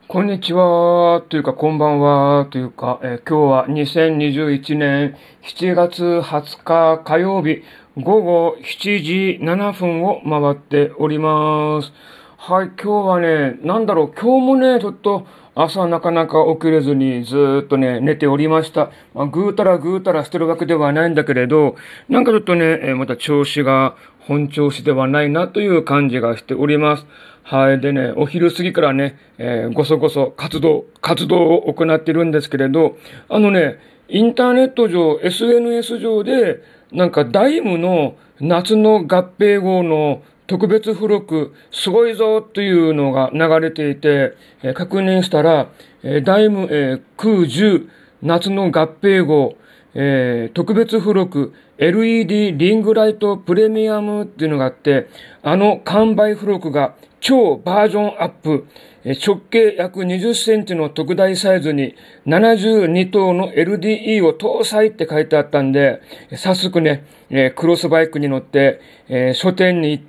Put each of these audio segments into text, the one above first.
こんにちは、というか、こんばんは、というか、今日は2021年7月20日火曜日午後7時7分を回っております。はい、今日はね、今日もね、ちょっと朝なかなか起きれずにずーっとね、寝ておりました。ぐうたらぐうたらしてるわけではないんだけれど、なんかちょっとね、また調子が本調子ではないなという感じがしております。はい。でね、お昼過ぎからね、ごそごそ活動を行っているんですけれど、インターネット上、SNS 上で、なんかダイムの夏の合併号の特別付録、すごいぞというのが流れていて、確認したら、ダイム、空10夏の合併号、特別付録 LED リングライトプレミアムっていうのがあって、完売付録が超バージョンアップ、直径約20センチの特大サイズに72灯の LDE を搭載って書いてあったんで、早速ね、クロスバイクに乗って、書店に行って、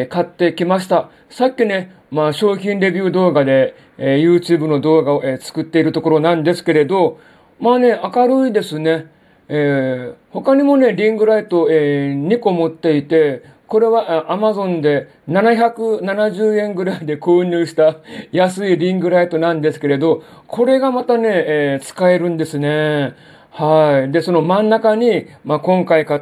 買ってきました。さっきね、商品レビュー動画で、YouTube の動画を、作っているところなんですけれど、明るいですね。他にもね、リングライト、2個持っていて、これは Amazon で770円ぐらいで購入した安いリングライトなんですけれど、これがまたね、使えるんですね。はい。で、その真ん中に、今回買った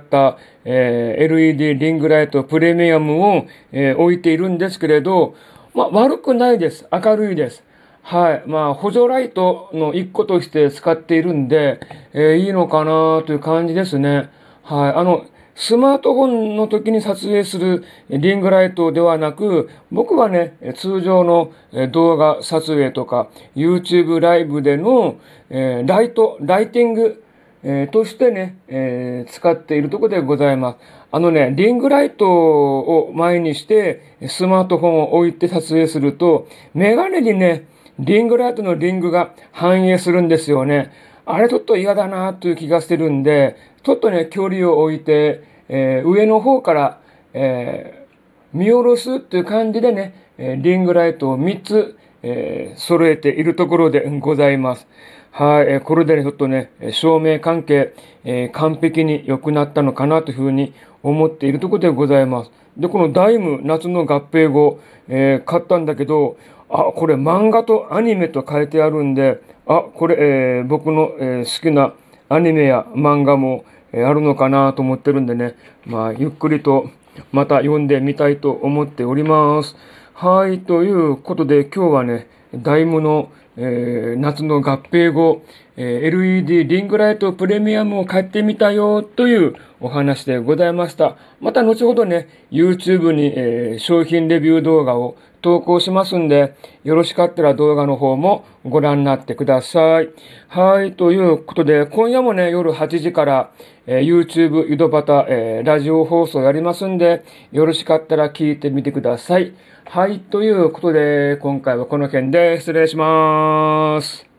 、LED リングライトプレミアムを、置いているんですけれど、悪くないです。明るいです。はい。補助ライトの一個として使っているんで、いいのかなという感じですね。はい。スマートフォンの時に撮影するリングライトではなく、僕はね、通常の動画撮影とか、YouTube ライブでの、ライティング、としてね、使っているところでございます。リングライトを前にしてスマートフォンを置いて撮影すると、メガネにね、リングライトのリングが反映するんですよね。あれちょっと嫌だなという気がしてるんで、ちょっとね、距離を置いて、上の方から、見下ろすという感じでね、リングライトを3つ、揃えているところでございます。はい、これでね、ちょっとね、照明関係、完璧に良くなったのかなというふうに思っているところでございます。で、このダイム夏の合併後、買ったんだけど、これ漫画とアニメと書いてあるんで、これ、僕の、好きなアニメや漫画も、あるのかなと思ってるんでね、ゆっくりとまた読んでみたいと思っております。はい、ということで今日はね、ダイムの、夏の合併後、LED リングライトプレミアムを買ってみたよというお話でございました。また後ほどね、YouTube に、商品レビュー動画を投稿しますんで、よろしかったら動画の方もご覧になってください。はい、ということで、今夜もね、夜8時から、YouTube 井戸端、ラジオ放送やりますんで、よろしかったら聞いてみてください。はい、ということで、今回はこの件で失礼します。